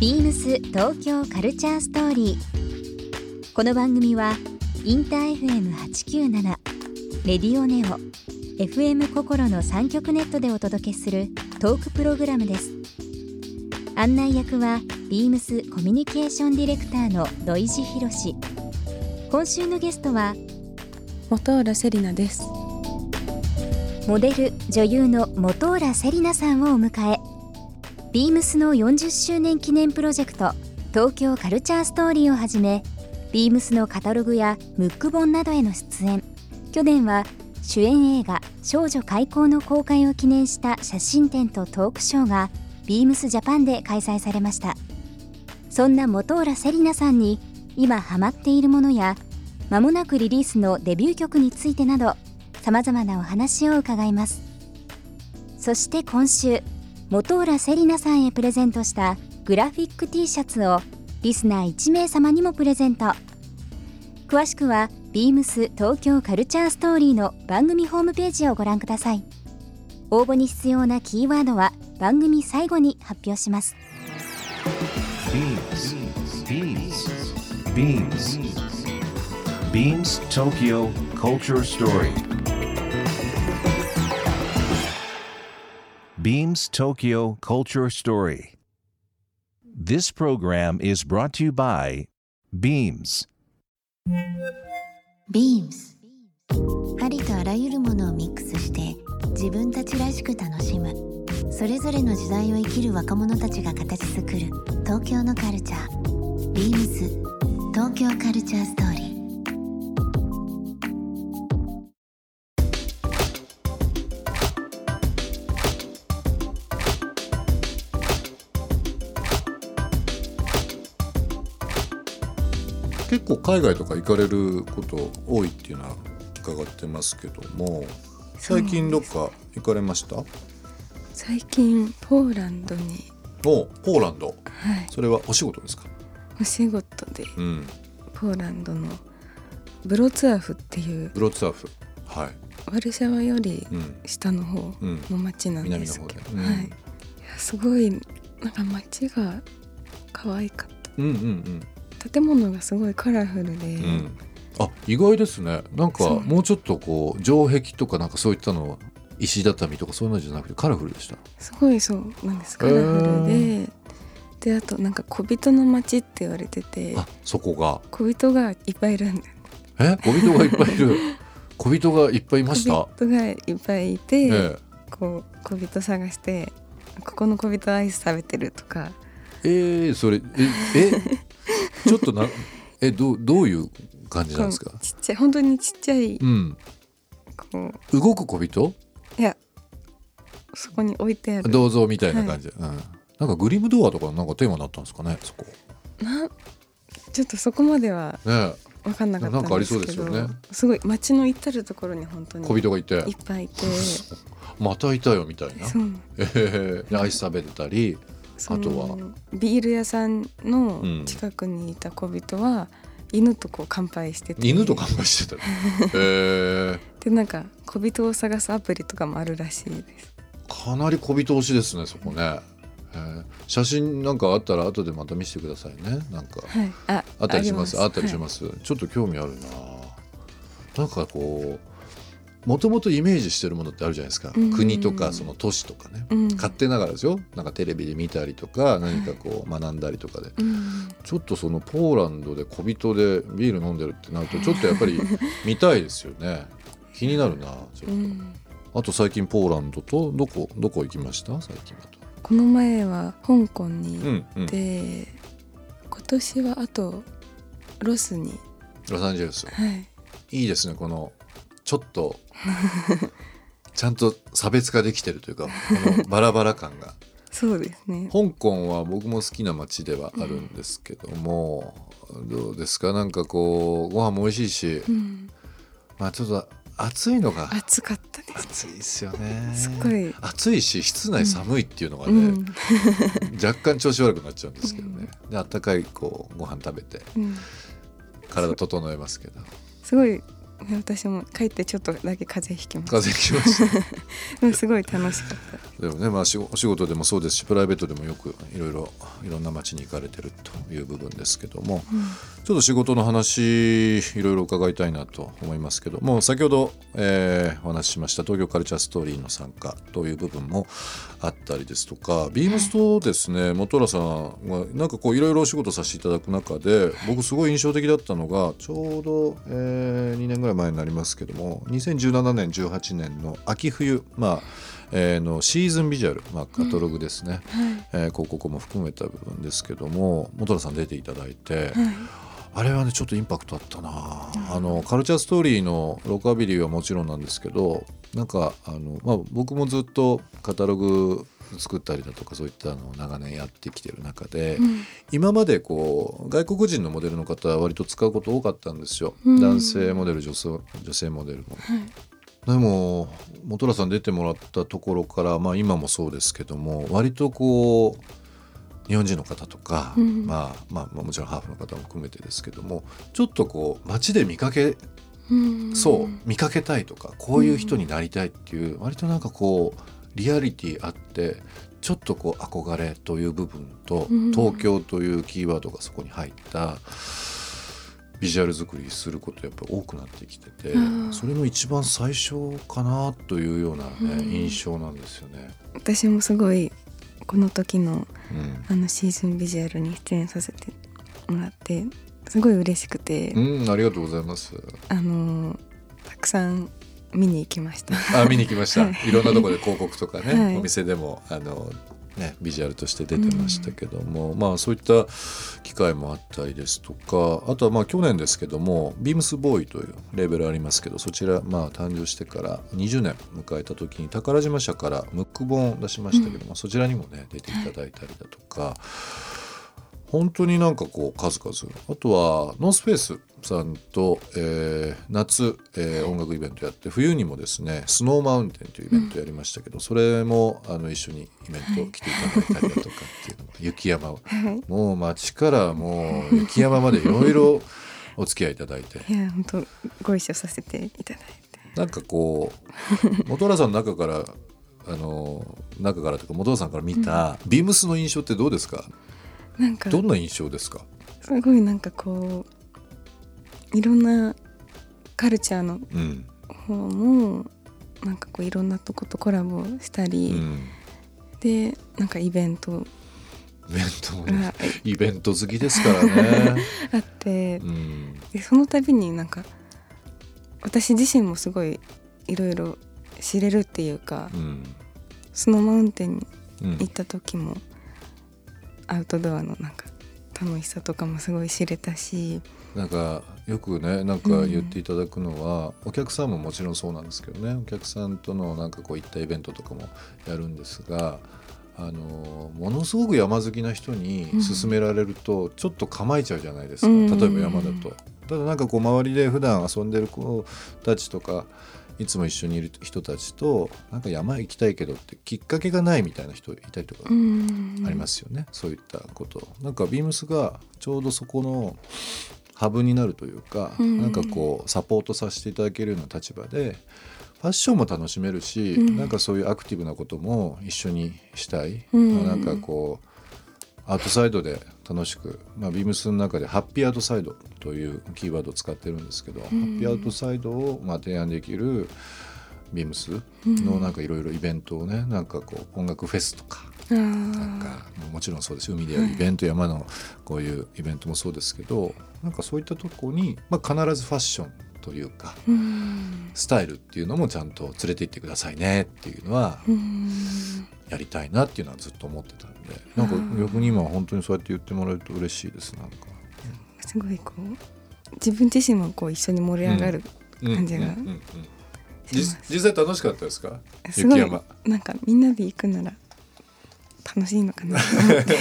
ビームス東京カルチャーストーリー。この番組はインター FM897 レディオネオ FM 心の3極ネットでお届けするトークプログラムです。案内役はビームスコミュニケーションディレクターの土井博志。今週のゲストは本浦瀬里奈です。 モデル女優の本浦瀬里奈さんをお迎え、ビームスの40周年記念プロジェクト東京カルチャーストーリーをはじめ、ビームスのカタログやムック本などへの出演、去年は主演映画少女開口の公開を記念した写真展とトークショーがビームスジャパンで開催されました。そんな本浦瀬里奈さんに今ハマっているものや間もなくリリースのデビュー曲についてなど、さまざまなお話を伺います。そして今週、本浦瀬里奈さんへプレゼントしたグラフィック T シャツをリスナー1名様にもプレゼント。詳しくはビームス東京カルチャーストーリーの番組ホームページをご覧ください。応募に必要なキーワードは番組最後に発表します。 Beams Tokyo Culture Story. Beams Tokyo Culture Story. This program is brought to you by Beams. Beams ありとあらゆるものをミックスして自分たちらしく楽しむ、それぞれの時代を生きる若者たちが形作る東京のカルチャー。 Beams 東京カルチャーストーリー。 結構海外とか行かれること多いっていうのは伺ってますけども、最近どっか行かれました？ 最近ポーランドに。 ポーランド、 はい、 それはお仕事ですか？ お仕事で、ポーランドのブロツワフっていう、 ブロツワフ、はい、 ワルシャワより下の方の町なんですけど、はい、いやすごいなんか町が可愛かった。建物がすごいカラフルで、 あ、意外ですね。なんかもうちょっとこう城壁とかなんかそういったの石畳とかそういうのじゃなくてカラフルでした。 すごいそうなんです。カラフルで、あとなんか小人の町って言われてて、 あ、そこが小人がいっぱいいるんで。 小人がいっぱいいる小人がいっぱいいました。 小人がいっぱいいて、こう小人探して、ここの小人アイス食べてるとか。 それちょっとなどういう感じなんですか？ ちっちゃい、本当にちっちゃい、 こう動く小人？ いや、そこに置いてある銅像みたいな感じ、なんかグリム童話とかなんかテーマになったんですかね、そこ。 ちょっとそこまでは分かんなかったんですけど、なんかありそうですよね。すごい街の至るところに本当に小人がいて、 いっぱいいてまたいたよみたいな。でアイス食べてたり、あとはビール屋さんの近くにいた小人は、犬とこう乾杯してて、 犬と乾杯してたで、なんか小人を探すアプリとかもあるらしいです。 かなり小人推しですね、そこね。写真なんかあったら後でまた見せてくださいね。なんか、あったりします。あったりします、ちょっと興味あるな。なんかこうもともとイメージしてるものってあるじゃないですか、国とかその都市とかね、勝手ながらですよ。なんかテレビで見たりとか何かこう学んだりとかで、ちょっとそのポーランドで小人でビール飲んでるってなるとちょっとやっぱり見たいですよね。気になるな、ちょっと。あと最近ポーランドとどこ行きました？最近だとこの前は香港に行って、今年はあとロスに。 ロサンゼルス、いいですね。このちょっとちゃんと差別化できてるというか、このバラバラ感がそうですね。 香港は僕も好きな街ではあるんですけども、どうですか？なんかこうご飯も美味しいし、まあちょっと暑いのが。 暑かったです。 暑いですよね。 すごい暑いし室内寒いっていうのがね、若干調子悪くなっちゃうんですけどね。で、あったかいこうご飯食べて、体整えますけど、 すごい私も帰ってちょっとだけ風邪ひきました。 風邪ひきましたでもすごい楽しかった。 でもね、お仕事でもそうですし、プライベートでもよくいろんな街に行かれてるという部分ですけども、ちょっと仕事の話いろいろ伺いたいなと思いますけども、先ほど、お話ししました東京カルチャーストーリーの参加という部分もあったりですとか、ビームスとですね、本浦さんがなんかこういろいろお仕事させていただく中で、僕すごい印象的だったのが、ちょうど、2年ぐらい前になりますけども、2017年18年の秋冬、のシーズンビジュアル、カタログですね、広告も含めた部分ですけども、本浦さん出ていただいて、あれはねちょっとインパクトあったな、カルチャーストーリーのロカビリーはもちろんなんですけど、なんか僕もずっとカタログ作ったりだとかそういったのを長年やってきてる中で、今までこう外国人のモデルの方は割と使うこと多かったんですよ、男性モデル、女性モデルも、でも本浦さん出てもらったところから、今もそうですけども、割とこう日本人の方とか、もちろんハーフの方も含めてですけども、ちょっとこう街で見かけたいとか、こういう人になりたいっていう、割となんかこうリアリティあって、ちょっとこう憧れという部分と、東京というキーワードがそこに入ったビジュアル作りすることやっぱり多くなってきてて、それの一番最初かなというような、印象なんですよね。 私もすごいこの時の、シーズンビジュアルに出演させてもらってすごい嬉しくて、 ありがとうございます。 たくさん見に行きました。 見に行きました、いろんなところで広告とかね、お店でもビジュアルとして出てましたけども、そういった機会もあったりですとか、あとは去年ですけども、ビームスボーイというレーベルありますけど、そちら誕生してから20年迎えた時に宝島社からムック本を出しましたけども、そちらにもね出ていただいたりだとか、本当になんかこう数々、あとはノースフェイスさんと、夏、音楽イベントやって、冬にもですねスノーマウンテンというイベントやりましたけど、それも一緒にイベント来ていただいたりだとかっていうのも、雪山を、もう街からもう雪山までいろいろお付き合いいただいて、 いや本当ご一緒させていただいて、 なんかこう本浦さんの中からというか本浦さんから見た、ビームスの印象ってどうですか？なんかどんな印象ですか？ すごいなんかこういろんなカルチャーの方も、なんかこういろんなとことコラボしたり、でなんかイベントもね、イベント好きですからねあって、でその度になんか私自身もすごいいろいろ知れるっていうか、スノーマウンテンに行った時も、アウトドアのなんか楽しさとかもすごい知れたし、 なんかよくねなんか言っていただくのは、お客さんももちろんそうなんですけどね、お客さんとのなんかこういったイベントとかもやるんですが、ものすごく山好きな人に勧められるとちょっと構えちゃうじゃないですか、例えば山だと。ただなんかこう周りで普段遊んでる子たちとか、いつも一緒にいる人たちとなんか山行きたいけどってきっかけがないみたいな人いたりとかありますよね。そういったことなんかビームスがちょうどそこのハブになるというか、なんかこうサポートさせていただけるような立場で、ファッションも楽しめるし、なんかそういうアクティブなことも一緒にしたい、なんかこうアウトサイドで楽しく、ビームスの中でハッピーアウトサイドというキーワードを使ってるんですけど、ハッピーアウトサイドを提案できるビームスのなんかいろいろイベントをね、なんかこう音楽フェスとか、なんかもちろんそうです、海でやるイベント、山のこういうイベントもそうですけど、なんかそういったところに、必ずファッションというか、スタイルっていうのもちゃんと連れて行ってくださいねっていうのはやりたいなっていうのはずっと思ってたんで、なんか逆に今本当にそうやって言ってもらえると嬉しいです。なんかすごいこう自分自身もこう一緒に盛り上がる感じがします。 実際楽しかったですか？ すごい雪山なんかみんなで行くなら楽しいのかなと思って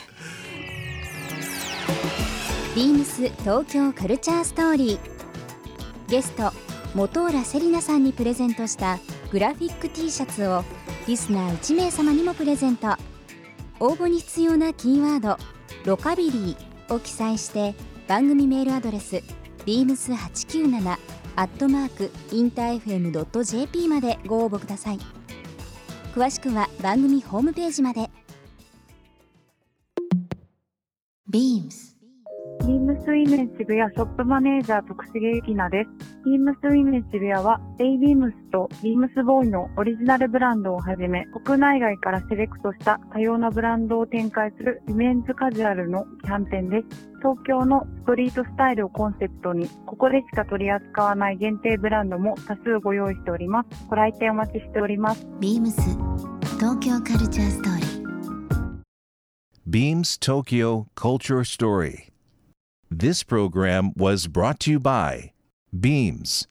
ビームス東京カルチャーストーリー、ゲスト本浦セリナさんにプレゼントしたグラフィック T シャツをリスナー1名様にもプレゼント。応募に必要なキーワードロカビリーを記載して、番組メールアドレス beams897 info@interfm.jp までご応募ください。詳しくは番組ホームページまで。 BEAMS ビームスウィメン渋谷ショップマネージャー徳重ゆきなです。ビームスウィメン渋谷はデイビームスとビームスボーイのオリジナルブランドをはじめ、国内外からセレクトした多様なブランドを展開するウィメンズカジュアルのキャンペーンです。東京のストリートスタイルをコンセプトに、ここでしか取り扱わない限定ブランドも多数ご用意しております。ご来店お待ちしております。 BEAMS 東京カルチャーストーリー。 BEAMS Tokyo Culture Story. This program was brought to you by BEAMS.